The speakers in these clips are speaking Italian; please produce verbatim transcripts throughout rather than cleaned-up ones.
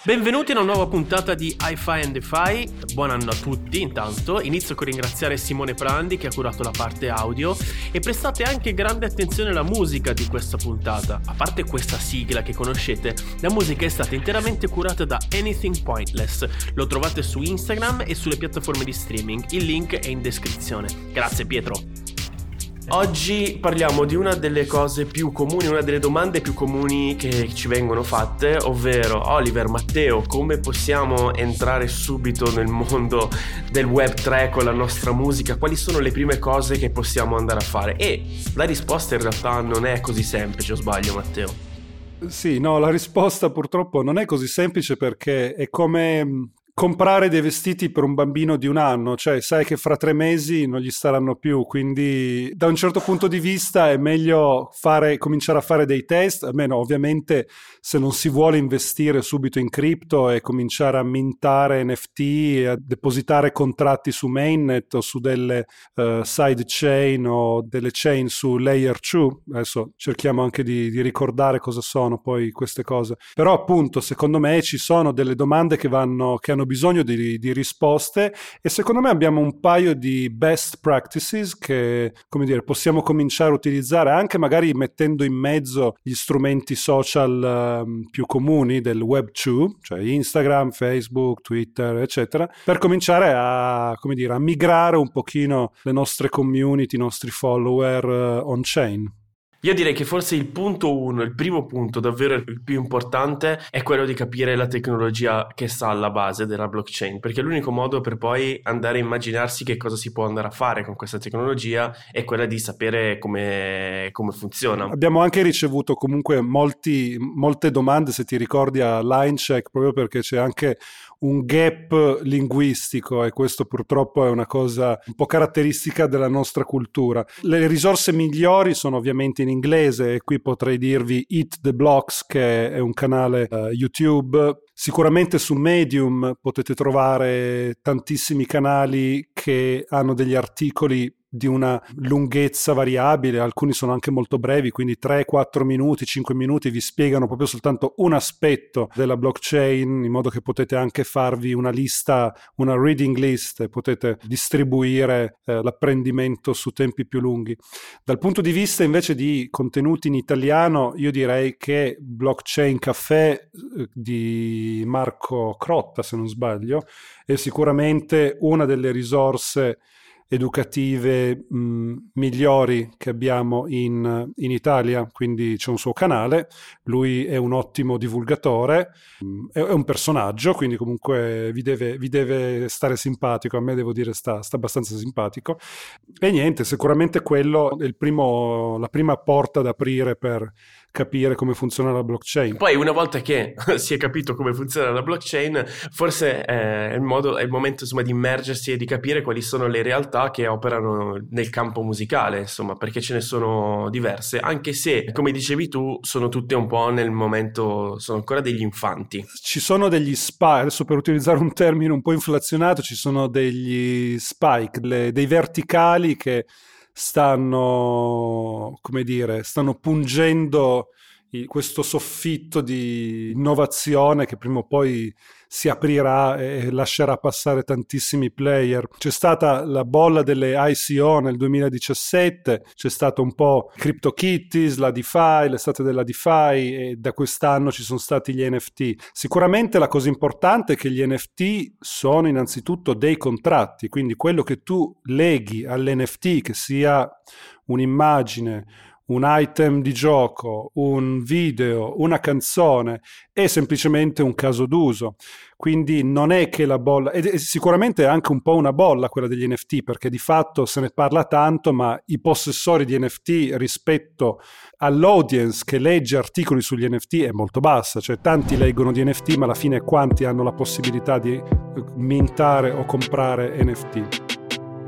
Benvenuti a una nuova puntata di Hi-Fi and Defy. Buon anno a tutti. Intanto inizio con ringraziare Simone Prandi che ha curato la parte audio, e prestate anche grande attenzione alla musica di questa puntata. A parte questa sigla che conoscete, la musica è stata interamente curata da Anything Pointless. Lo trovate su Instagram e sulle piattaforme di streaming. Il link è in descrizione. Grazie Pietro. Oggi parliamo di una delle cose più comuni, una delle domande più comuni che ci vengono fatte, ovvero: Oliver, Matteo, come possiamo entrare subito nel mondo del web tre con la nostra musica? Quali sono le prime cose che possiamo andare a fare? E la risposta in realtà non è così semplice, o sbaglio, Matteo? Sì, no, la risposta purtroppo non è così semplice, perché è come comprare dei vestiti per un bambino di un anno, cioè sai che fra tre mesi non gli staranno più, quindi da un certo punto di vista è meglio fare, cominciare a fare dei test, almeno ovviamente se non si vuole investire subito in cripto e cominciare a mintare N F T, a depositare contratti su mainnet o su delle uh, side chain o delle chain su layer due. Adesso cerchiamo anche di, di ricordare cosa sono poi queste cose, però appunto secondo me ci sono delle domande che vanno, che hanno bisogno di, di risposte, e secondo me abbiamo un paio di best practices che, come dire, possiamo cominciare a utilizzare, anche magari mettendo in mezzo gli strumenti social um, più comuni del web due, cioè Instagram, Facebook, Twitter, eccetera, per cominciare a, come dire, a migrare un pochino le nostre community, i nostri follower uh, on-chain. Io direi che forse il punto uno, il primo punto davvero il più importante, è quello di capire la tecnologia che sta alla base della blockchain, perché l'unico modo per poi andare a immaginarsi che cosa si può andare a fare con questa tecnologia è quella di sapere come, come funziona. Abbiamo anche ricevuto comunque molti, molte domande, se ti ricordi, a Linecheck, proprio perché c'è anche un gap linguistico, e questo purtroppo è una cosa un po' caratteristica della nostra cultura. Le risorse migliori sono ovviamente in inglese, e qui potrei dirvi Eat the Blocks, che è un canale uh, YouTube. Sicuramente su Medium potete trovare tantissimi canali che hanno degli articoli di una lunghezza variabile, alcuni sono anche molto brevi, quindi tre quattro minuti, cinque minuti, vi spiegano proprio soltanto un aspetto della blockchain, in modo che potete anche farvi una lista, una reading list, e potete distribuire eh, l'apprendimento su tempi più lunghi. Dal punto di vista invece di contenuti in italiano, io direi che Blockchain Café eh, di Marco Crotta, se non sbaglio, è sicuramente una delle risorse educative mh, migliori che abbiamo in, in Italia. Quindi c'è un suo canale, lui è un ottimo divulgatore, mh, è, è un personaggio, quindi comunque vi deve, vi deve stare simpatico. A me, devo dire, sta, sta abbastanza simpatico, e niente, sicuramente quello è il primo, la prima porta da aprire per capire come funziona la blockchain. Poi, una volta che si è capito come funziona la blockchain, forse è il modo, è il momento, insomma, di immergersi e di capire quali sono le realtà che operano nel campo musicale, insomma, perché ce ne sono diverse, anche se, come dicevi tu, sono tutte un po' nel momento, sono ancora degli infanti. Ci sono degli spike, adesso per utilizzare un termine un po' inflazionato, ci sono degli spike, le, dei verticali che stanno, come dire, stanno pungendo questo soffitto di innovazione che prima o poi si aprirà e lascerà passare tantissimi player. C'è stata la bolla delle I C O nel duemiladiciassette, c'è stato un po' CryptoKitties, la DeFi, l'estate della DeFi, e da quest'anno ci sono stati gli N F T. Sicuramente la cosa importante è che gli N F T sono innanzitutto dei contratti, quindi quello che tu leghi all'N F T, che sia un'immagine, un item di gioco, un video, una canzone, è semplicemente un caso d'uso. Quindi non è che la bolla, ed è sicuramente anche un po' una bolla quella degli N F T, perché di fatto se ne parla tanto, ma i possessori di N F T rispetto all'audience che legge articoli sugli N F T è molto bassa. Cioè tanti leggono di N F T, ma alla fine quanti hanno la possibilità di mintare o comprare N F T?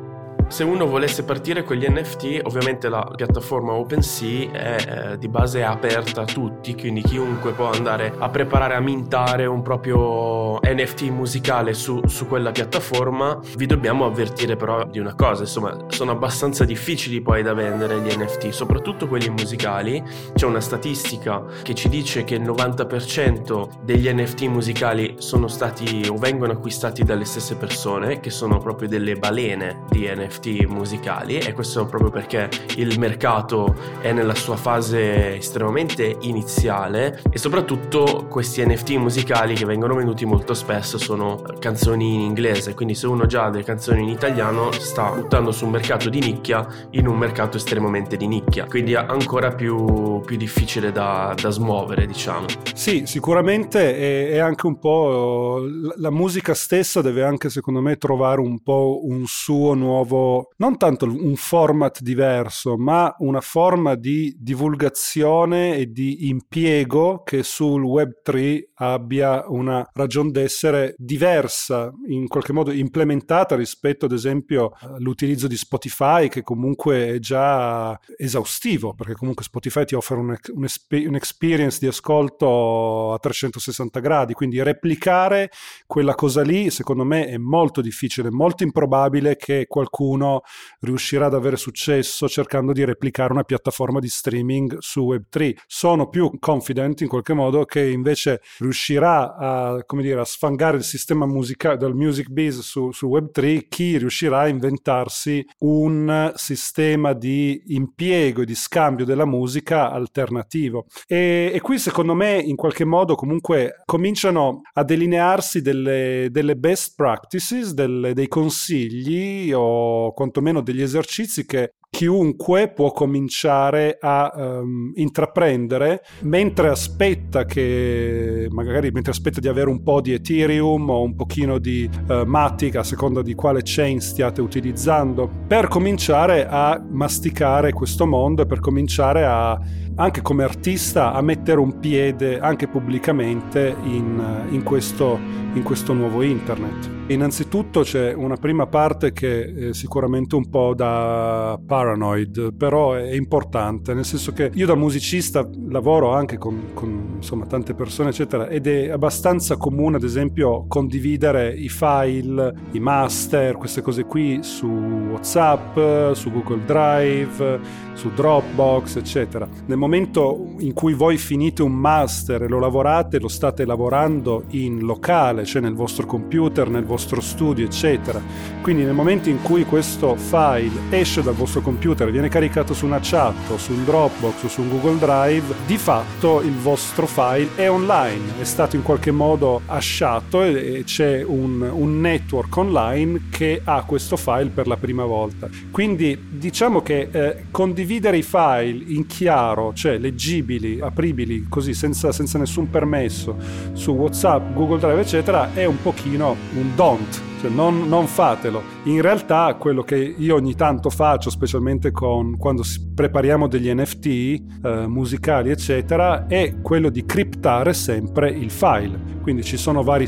Se uno volesse partire con gli N F T, ovviamente la piattaforma OpenSea è eh, di base aperta a tutti, quindi chiunque può andare a preparare, a mintare un proprio N F T musicale su, su quella piattaforma. Vi dobbiamo avvertire però di una cosa, insomma, sono abbastanza difficili poi da vendere gli N F T, soprattutto quelli musicali. C'è una statistica che ci dice che il novanta per cento degli N F T musicali sono stati o vengono acquistati dalle stesse persone, che sono proprio delle balene di N F T musicali, e questo proprio perché il mercato è nella sua fase estremamente iniziale, e soprattutto questi N F T musicali che vengono venduti molto spesso sono canzoni in inglese, quindi se uno già ha delle canzoni in italiano sta buttando su un mercato di nicchia in un mercato estremamente di nicchia, quindi è ancora più, più difficile da, da smuovere, diciamo. Sì, sicuramente è, è anche un po' la, la musica stessa deve anche, secondo me, trovare un po' un suo nuovo, non tanto un format diverso, ma una forma di divulgazione e di impiego che sul web tre abbia una ragion d'essere diversa, in qualche modo implementata rispetto ad esempio all'utilizzo di Spotify, che comunque è già esaustivo, perché comunque Spotify ti offre un, un, un'experience di ascolto a trecentosessanta gradi, quindi replicare quella cosa lì secondo me è molto difficile, molto improbabile che qualcuno riuscirà ad avere successo cercando di replicare una piattaforma di streaming su web tre. Sono più confident in qualche modo che invece riuscirà a, come dire, a sfangare il sistema musicale del music biz su, su web tre chi riuscirà a inventarsi un sistema di impiego e di scambio della musica alternativo. E, e qui secondo me in qualche modo comunque cominciano a delinearsi delle, delle best practices, delle, dei consigli o quantomeno degli esercizi che chiunque può cominciare a um, intraprendere mentre aspetta che magari mentre aspetta di avere un po' di Ethereum o un pochino di uh, Matic, a seconda di quale chain stiate utilizzando, per cominciare a masticare questo mondo e per cominciare a, anche come artista, a mettere un piede anche pubblicamente in, in, questo, in questo nuovo internet. Innanzitutto c'è una prima parte che è sicuramente un po' da paranoid, però è importante, nel senso che io da musicista lavoro anche con, con insomma tante persone eccetera, ed è abbastanza comune ad esempio condividere i file, i master, queste cose qui su WhatsApp, su Google Drive, su Dropbox eccetera. Nel momento in cui voi finite un master e lo lavorate, lo state lavorando in locale, cioè nel vostro computer, nel vostro studio eccetera, quindi nel momento in cui questo file esce dal vostro computer e viene caricato su una chat o su un Dropbox o su un Google Drive, di fatto il vostro file è online, è stato in qualche modo hashato e c'è un, un network online che ha questo file per la prima volta. Quindi diciamo che eh, condividere i file in chiaro, cioè leggibili, apribili così senza, senza nessun permesso su WhatsApp, Google Drive eccetera, è un pochino un don't. Cioè non, non fatelo. In realtà quello che io ogni tanto faccio, specialmente con, quando prepariamo degli N F T eh, musicali eccetera, è quello di criptare sempre il file. Quindi ci sono vari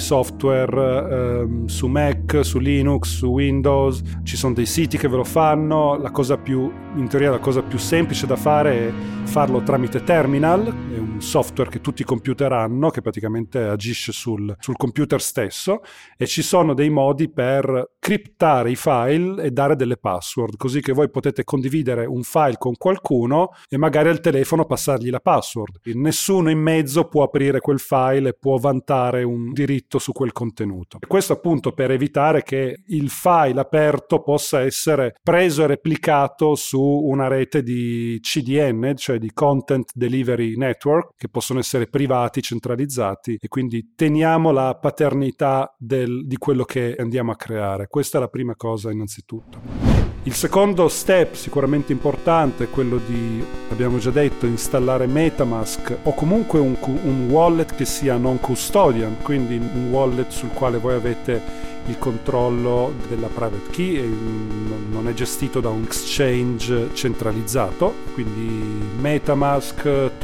software eh, su Mac, su Linux, su Windows, ci sono dei siti che ve lo fanno. La cosa più, in teoria la cosa più semplice da fare è farlo tramite Terminal, è un software che tutti i computer hanno, che praticamente agisce sul, sul computer stesso, e ci sono dei modi per criptare i file e dare delle password, così che voi potete condividere un file con qualcuno e magari al telefono passargli la password. Nessuno in mezzo può aprire quel file e può vantare un diritto su quel contenuto. E questo appunto per evitare che il file aperto possa essere preso e replicato su una rete di C D N, cioè di Content Delivery Network, che possono essere privati, centralizzati, e quindi teniamo la paternità del, di quello che andiamo a creare. Questa è la prima cosa innanzitutto. Il secondo step sicuramente importante è quello di, abbiamo già detto, installare MetaMask o comunque un, un wallet che sia non custodian, quindi un wallet sul quale voi avete il controllo della private key e non è gestito da un exchange centralizzato, quindi MetaMask,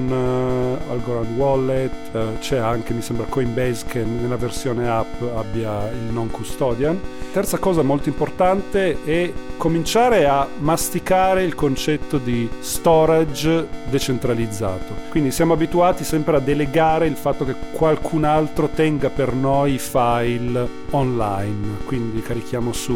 Tron, Algorand Wallet, eh, c'è anche mi sembra Coinbase che nella versione app abbia il non custodian. Terza cosa molto importante è cominciare a masticare il concetto di storage decentralizzato. Quindi siamo abituati sempre a delegare il fatto che qualcun altro tenga per noi i file online, quindi carichiamo su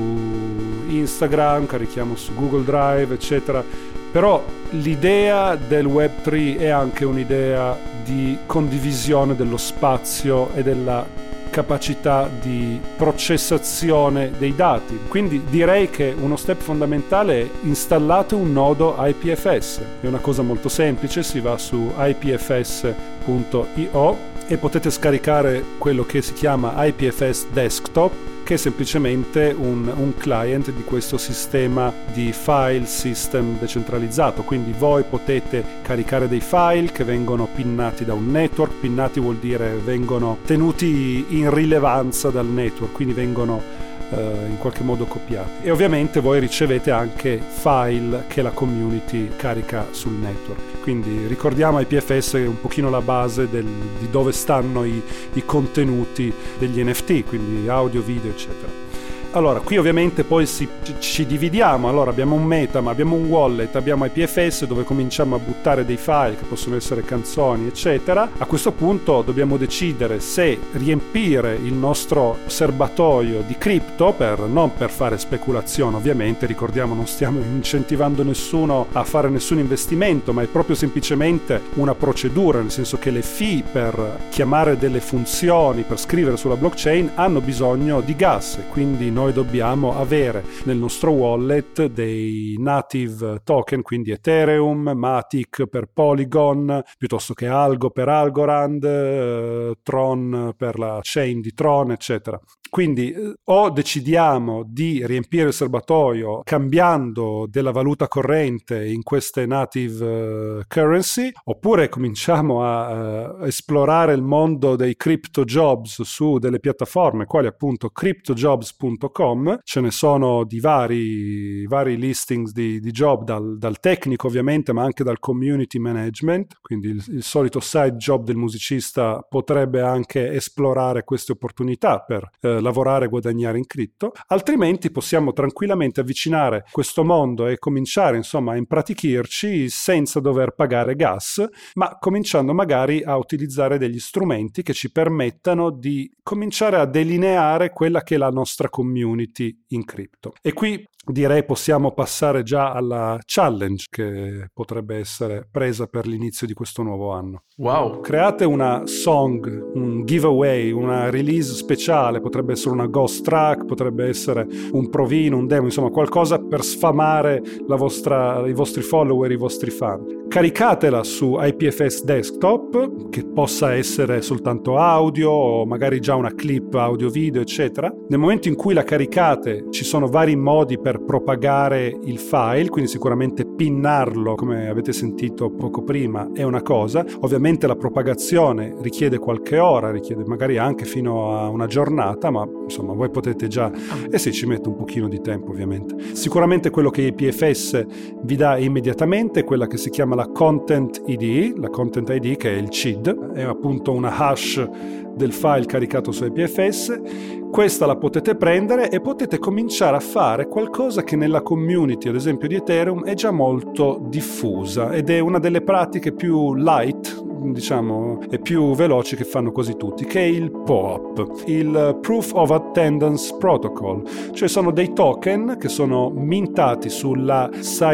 Instagram, carichiamo su Google Drive, eccetera. Però l'idea del web tre è anche un'idea di condivisione dello spazio e della capacità di processazione dei dati. Quindi direi che uno step fondamentale è installate un nodo I P F S. È una cosa molto semplice, si va su i p f s punto i o e potete scaricare quello che si chiama I P F S Desktop, che è semplicemente un, un client di questo sistema di file system decentralizzato. Quindi voi potete caricare dei file che vengono pinnati da un network. Pinnati vuol dire vengono tenuti in rilevanza dal network, quindi vengono eh, in qualche modo copiati. E ovviamente voi ricevete anche file che la community carica sul network. Quindi ricordiamo I P F S è un pochino la base del, di dove stanno i, i contenuti degli N F T, quindi audio, video, eccetera. Allora, qui ovviamente poi si, ci dividiamo. Allora abbiamo un Meta, ma abbiamo un wallet, abbiamo I P F S dove cominciamo a buttare dei file che possono essere canzoni, eccetera. A questo punto dobbiamo decidere se riempire il nostro serbatoio di cripto, per, non per fare speculazione ovviamente, ricordiamo non stiamo incentivando nessuno a fare nessun investimento, ma è proprio semplicemente una procedura, nel senso che le fee per chiamare delle funzioni, per scrivere sulla blockchain hanno bisogno di gas, e quindi noi dobbiamo avere nel nostro wallet dei native token, quindi Ethereum, Matic per Polygon, piuttosto che Algo per Algorand, eh, Tron per la chain di Tron, eccetera. Quindi eh, o decidiamo di riempire il serbatoio cambiando della valuta corrente in queste native uh, currency, oppure cominciamo a uh, esplorare il mondo dei crypto jobs su delle piattaforme quali appunto crypto jobs punto com. Ce ne sono di vari, vari listings di, di job, dal, dal tecnico ovviamente, ma anche dal community management, quindi il, il solito side job del musicista potrebbe anche esplorare queste opportunità per eh, lavorare e guadagnare in cripto. Altrimenti possiamo tranquillamente avvicinare questo mondo e cominciare insomma a impratichirci senza dover pagare gas, ma cominciando magari a utilizzare degli strumenti che ci permettano di cominciare a delineare quella che è la nostra community in cripto. E qui direi possiamo passare già alla challenge che potrebbe essere presa per l'inizio di questo nuovo anno. Wow! Create una song, un giveaway, una release speciale, potrebbe essere una ghost track, potrebbe essere un provino, un demo, insomma qualcosa per sfamare la vostra, i vostri follower, i vostri fan. Caricatela su I P F S Desktop, che possa essere soltanto audio o magari già una clip audio video, eccetera. Nel momento in cui la caricate ci sono vari modi per propagare il file, quindi sicuramente pinnarlo, come avete sentito poco prima, è una cosa. Ovviamente la propagazione richiede qualche ora, richiede magari anche fino a una giornata, ma insomma voi potete già, e eh sì, ci mette un pochino di tempo ovviamente. Sicuramente quello che I P F S vi dà immediatamente è quella che si chiama la Content I D, la Content I D che è il C I D, è appunto una hash del file caricato su I P F S. Questa la potete prendere e potete cominciare a fare qualcosa che nella community, ad esempio di Ethereum, è già molto diffusa ed è una delle pratiche più light, diciamo, e più veloci che fanno quasi tutti, che è il P O A P, il Proof of Attendance Protocol. Cioè sono dei token che sono mintati sulla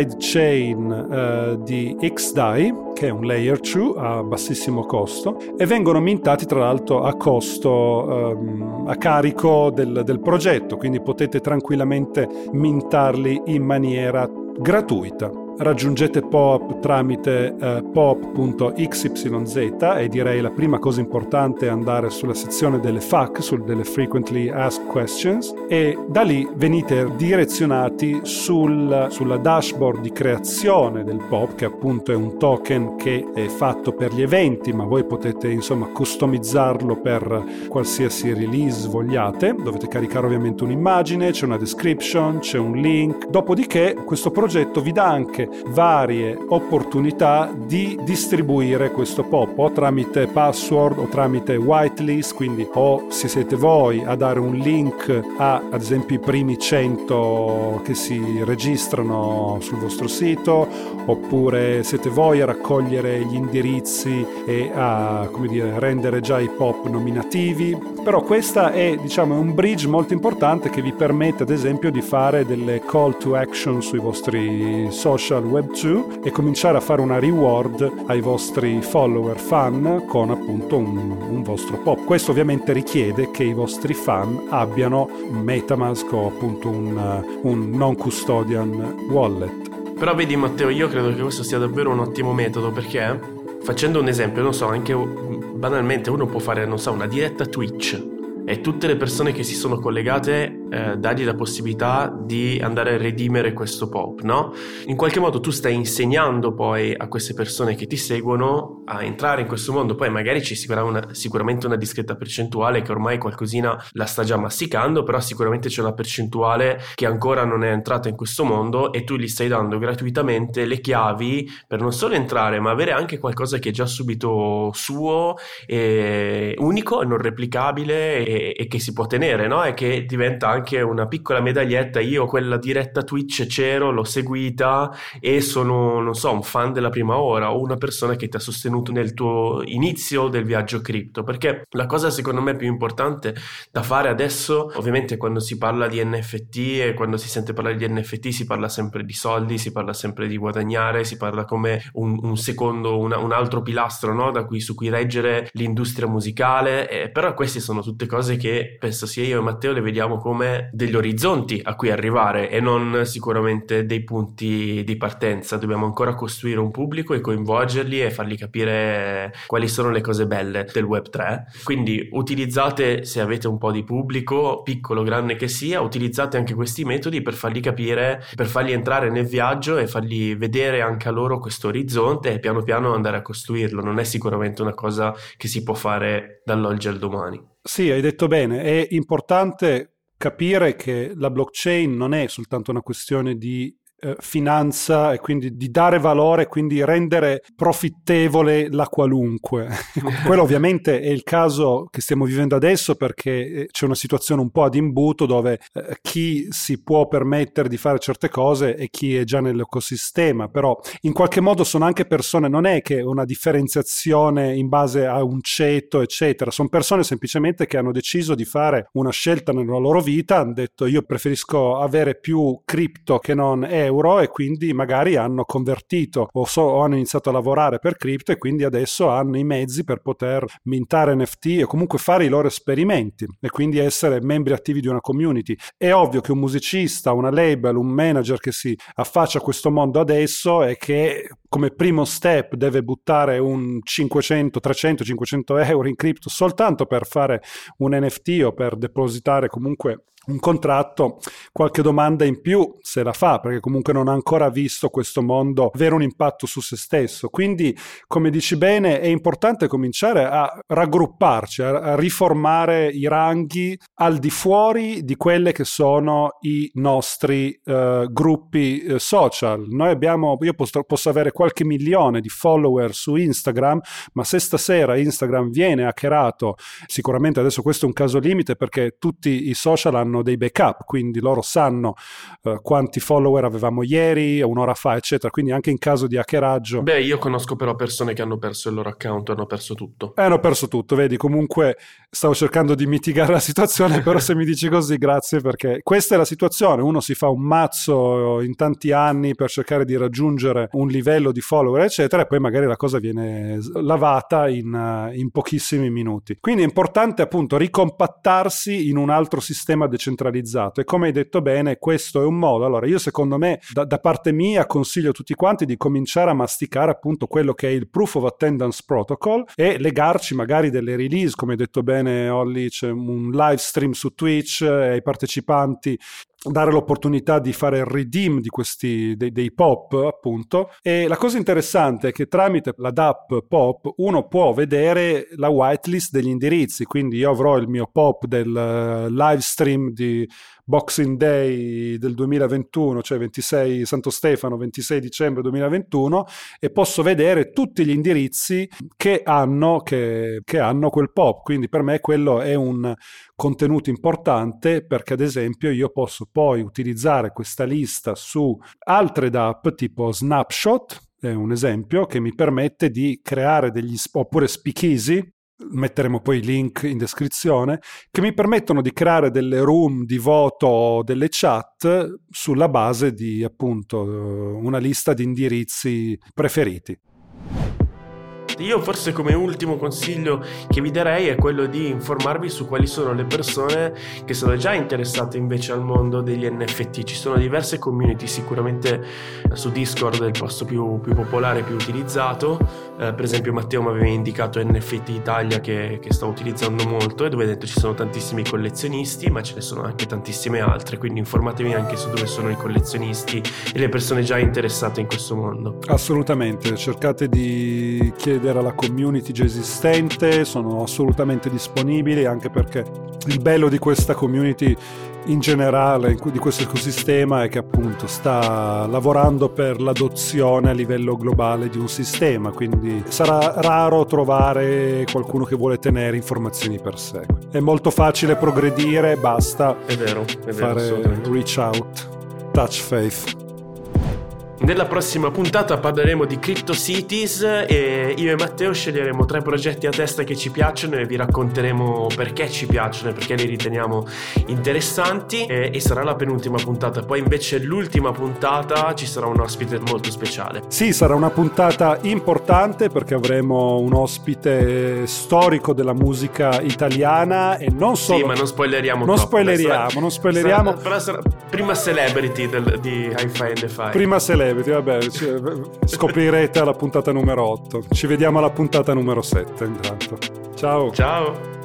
sidechain eh, di X D A I, che è un layer due a bassissimo costo, e vengono mintati tra l'altro a costo ehm, a carico del, del progetto, quindi potete tranquillamente mintarli in maniera gratuita. raggiungete Pop tramite eh, pop punto x y z e direi la prima cosa importante è andare sulla sezione delle F A Q, sul, delle Frequently Asked Questions, e da lì venite direzionati sul, sulla dashboard di creazione del Pop, che appunto è un token che è fatto per gli eventi, ma voi potete insomma customizzarlo per qualsiasi release vogliate. Dovete caricare ovviamente un'immagine, c'è una description, c'è un link. Dopodiché questo progetto vi dà anche varie opportunità di distribuire questo Pop o tramite password o tramite whitelist, quindi o se siete voi a dare un link a ad esempio i primi cento che si registrano sul vostro sito, oppure siete voi a raccogliere gli indirizzi e a, come dire, rendere già i Pop nominativi. Però questa è, diciamo, un bridge molto importante che vi permette ad esempio di fare delle call to action sui vostri social web due e cominciare a fare una reward ai vostri follower fan con appunto un, un vostro Pop. Questo ovviamente richiede che i vostri fan abbiano MetaMask o appunto un, un non custodian wallet. Però vedi Matteo, io credo che questo sia davvero un ottimo metodo, perché facendo un esempio, non so, anche banalmente uno può fare, non so, una diretta Twitch e tutte le persone che si sono collegate eh, dargli la possibilità di andare a redimere questo Pop, no? In qualche modo tu stai insegnando poi a queste persone che ti seguono a entrare in questo mondo. Poi magari ci sarà una, sicuramente una discreta percentuale che ormai qualcosina la sta già masticando, però sicuramente c'è una percentuale che ancora non è entrata in questo mondo e tu gli stai dando gratuitamente le chiavi per non solo entrare ma avere anche qualcosa che è già subito suo, e unico e non replicabile e e che si può tenere, no? E che diventa anche una piccola medaglietta. Io quella diretta Twitch c'ero, l'ho seguita e sono, non so, un fan della prima ora o una persona che ti ha sostenuto nel tuo inizio del viaggio cripto. Perché la cosa secondo me più importante da fare adesso, ovviamente quando si parla di N F T e quando si sente parlare di N F T si parla sempre di soldi, si parla sempre di guadagnare, si parla come un, un secondo, una, un altro pilastro, no? Da cui, su cui reggere l'industria musicale, eh, però queste sono tutte cose che penso sia io e Matteo le vediamo come degli orizzonti a cui arrivare e non sicuramente dei punti di partenza. Dobbiamo ancora costruire un pubblico e coinvolgerli e fargli capire quali sono le cose belle del web tre. Quindi utilizzate, se avete un po' di pubblico, piccolo o grande che sia, utilizzate anche questi metodi per fargli capire, per fargli entrare nel viaggio e fargli vedere anche a loro questo orizzonte e piano piano andare a costruirlo. Non è sicuramente una cosa che si può fare dall'oggi al domani. Sì, hai detto bene, è importante capire che la blockchain non è soltanto una questione di eh, finanza e quindi di dare valore, quindi rendere profittevole la qualunque. Quello ovviamente è il caso che stiamo vivendo adesso, perché c'è una situazione un po' ad imbuto dove eh, chi si può permettere di fare certe cose e chi è già nell'ecosistema, però in qualche modo sono anche persone, non è che una differenziazione in base a un ceto eccetera, sono persone semplicemente che hanno deciso di fare una scelta nella loro vita, hanno detto io preferisco avere più cripto che non euro, e quindi magari hanno convertito o, so, o hanno iniziato a lavorare per cripto e quindi adesso hanno i mezzi per poter mintare N F T e comunque fare i loro esperimenti e quindi essere membri attivi di una community. È ovvio che un musicista, una label, un manager che si affaccia a questo mondo adesso e che come primo step deve buttare un cinquecento, trecento, cinquecento euro in cripto soltanto per fare un N F T o per depositare comunque un contratto, qualche domanda in più se la fa, perché comunque non ha ancora visto questo mondo avere un impatto su se stesso. Quindi, come dici bene, è importante cominciare a raggrupparci, a riformare i ranghi al di fuori di quelle che sono i nostri uh, gruppi uh, social. Noi abbiamo, io posso, posso avere qualche milione di follower su Instagram, ma se stasera Instagram viene hackerato, sicuramente adesso questo è un caso limite perché tutti i social hanno dei backup, quindi loro sanno uh, quanti follower avevamo ieri, un'ora fa, eccetera, quindi anche in caso di hackeraggio. Beh, io conosco però persone che hanno perso il loro account, hanno perso tutto. Eh, hanno perso tutto, vedi, comunque stavo cercando di mitigare la situazione, però se mi dici così, grazie, perché questa è la situazione, uno si fa un mazzo in tanti anni per cercare di raggiungere un livello di follower, eccetera, e poi magari la cosa viene lavata in, in pochissimi minuti. Quindi è importante appunto ricompattarsi in un altro sistema decentralizzato e come hai detto detto bene, questo è un modo. Allora io secondo me da, da parte mia consiglio a tutti quanti di cominciare a masticare appunto quello che è il Proof of Attendance Protocol e legarci magari delle release, come hai detto bene Olli, c'è un live stream su Twitch e ai partecipanti dare l'opportunità di fare il redeem di questi dei, dei pop appunto. E la cosa interessante è che tramite la DApp pop uno può vedere la whitelist degli indirizzi, quindi io avrò il mio pop del uh, live stream di Boxing Day del duemilaventuno, cioè ventisei Santo Stefano, ventisei dicembre duemilaventuno, e posso vedere tutti gli indirizzi che hanno, che, che hanno quel pop. Quindi per me quello è un contenuto importante, perché ad esempio io posso poi utilizzare questa lista su altre DApp tipo Snapshot, è un esempio che mi permette di creare degli, oppure Speakeasy, metteremo poi i link in descrizione, che mi permettono di creare delle room di voto, delle chat sulla base di appunto una lista di indirizzi preferiti. Io forse come ultimo consiglio che vi darei è quello di informarvi su quali sono le persone che sono già interessate invece al mondo degli N F T. Ci sono diverse community, sicuramente su Discord è il posto più, più popolare, più utilizzato. Eh, per esempio Matteo mi aveva indicato N F T Italia che, che sta utilizzando molto, e dove dentro ci sono tantissimi collezionisti, ma ce ne sono anche tantissime altre, quindi informatevi anche su dove sono i collezionisti e le persone già interessate in questo mondo. Assolutamente, cercate di chiedere alla community già esistente, sono assolutamente disponibili, anche perché il bello di questa community in generale, di questo ecosistema, è che appunto sta lavorando per l'adozione a livello globale di un sistema, quindi sarà raro trovare qualcuno che vuole tenere informazioni per sé. È molto facile progredire, basta è vero, è vero, fare reach out, touch faith. Nella prossima puntata parleremo di CryptoCities e io e Matteo sceglieremo tre progetti a testa che ci piacciono e vi racconteremo perché ci piacciono e perché li riteniamo interessanti, e, e sarà la penultima puntata. Poi invece l'ultima puntata ci sarà un ospite molto speciale. Sì, sarà una puntata importante perché avremo un ospite storico della musica italiana, e non solo... Sì, ma non spoileriamo non troppo. Spoileriamo, sarà, non spoileriamo. Sarà, però sarà prima celebrity del, di Hi-Fi and the Fi. Prima celebrity. Vabbè, scoprirete alla puntata numero otto. Ci vediamo alla puntata numero sette intanto. Ciao. Ciao.